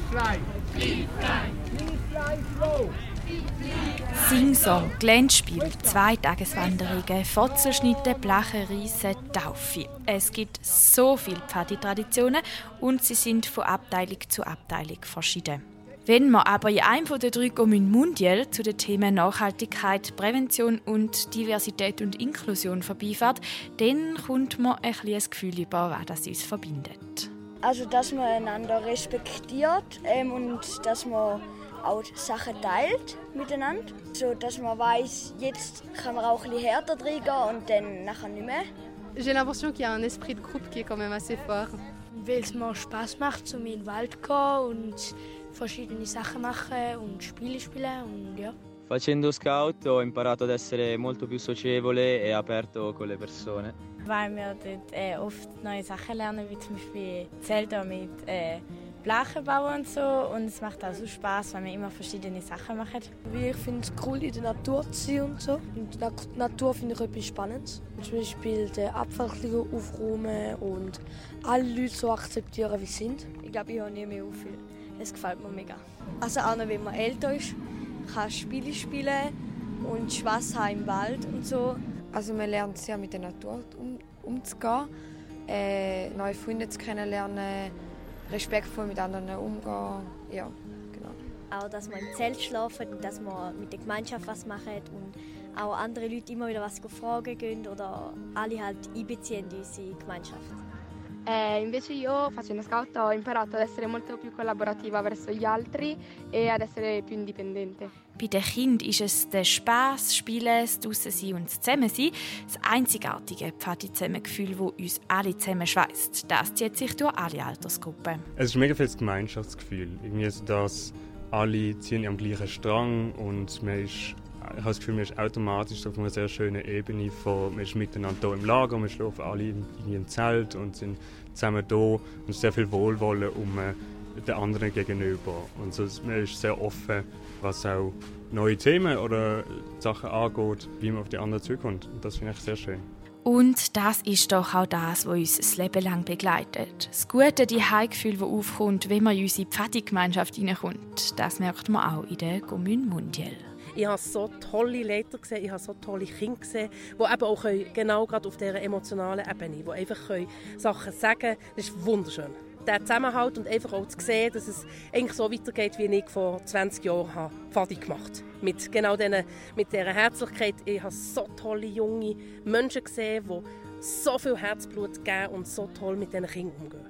fly. Please fly slow. Singsong, Glänzspiel, Zweitageswanderungen, Fotzelschnitte, Blachen, Reisen, Taufe. Es gibt so viele Pfadi-Traditionen und sie sind von Abteilung zu Abteilung verschieden. Wenn man aber in einem der 3 Kommunen Mundial zu den Themen Nachhaltigkeit, Prävention und Diversität und Inklusion vorbeifährt, dann kommt man ein kleines Gefühl über, was das uns verbindet. Also, dass man einander respektiert und dass man auch Sachen teilt miteinander, so dass man weiss, jetzt kann man auch ein bisschen härter trinken und dann nachher nicht mehr. J'ai l'impression qu'il y a un esprit de groupe qui est quand même assez fort. Weil es mir Spass macht, in den Wald zu gehen und verschiedene Sachen machen und Spiele spielen und ja. Facendo scout ho imparato ad essere molto più socievole e aperto con le persone. Weil wir dort oft neue Sachen lernen, wie zum Beispiel Zelda mit Blachen bauen und so. Und es macht auch so Spass, weil wir immer verschiedene Sachen machen. Ich finde es cool, in der Natur zu sein und so. Und die Natur finde ich etwas Spannendes. Zum Beispiel den Abfall aufräumen und alle Leute so akzeptieren, wie sie sind. Ich glaube, ich habe nie mehr aufhören. Es gefällt mir mega. Also auch wenn man älter ist, kann Spiele spielen und Spass haben im Wald und so. Also man lernt sehr mit der Natur umzugehen, neue Freunde zu kennenlernen, respektvoll mit anderen umgehen. Ja, genau. Auch, dass wir im Zelt schlafen und dass wir mit der Gemeinschaft was machen und auch andere Leute immer wieder was fragen gehen oder alle halt einbeziehen in unsere Gemeinschaft. Invece io facendo scout ho imparato ad essere molto più collaborativa verso gli altri e ad essere più indipendente. Bei den Kindern ist es der Spass, Spielen, das Draussen-Sein und das Zusammensein, das einzigartige Pfadi-Zusammengefühl, das uns alle zusammenschweisst. Das zieht sich durch alle Altersgruppen. Es ist mega viel das Gemeinschaftsgefühl. Irgendwie so, dass alle ziehen am gleichen Strang und ich habe das Gefühl, man ist automatisch auf einer sehr schönen Ebene von, man ist miteinander hier im Lager, wir schlafen alle irgendwie im Zelt und sind zusammen hier und es ist sehr viel Wohlwollen den anderen gegenüber. Und so, man ist sehr offen, was auch neue Themen oder Sachen angeht, wie man auf die anderen zukommt. Und das finde ich sehr schön. Und das ist doch auch das, was uns das Leben lang begleitet. Das gute Zuhause-Gefühl, das aufkommt, wenn man in unsere Pfadi-Gemeinschaft hineinkommt. Das merkt man auch in der Kommune Mundial. Ich habe so tolle Leiter gesehen, ich habe so tolle Kinder gesehen, die eben auch genau gerade auf dieser emotionalen Ebene, die einfach Sachen sagen können. Das ist wunderschön. Der Zusammenhalt und einfach auch zu sehen, dass es eigentlich so weitergeht, wie ich vor 20 Jahren habe Pfadi gemacht habe. Mit genau mit dieser Herzlichkeit. Ich habe so tolle junge Menschen gesehen, die so viel Herzblut geben und so toll mit diesen Kindern umgehen.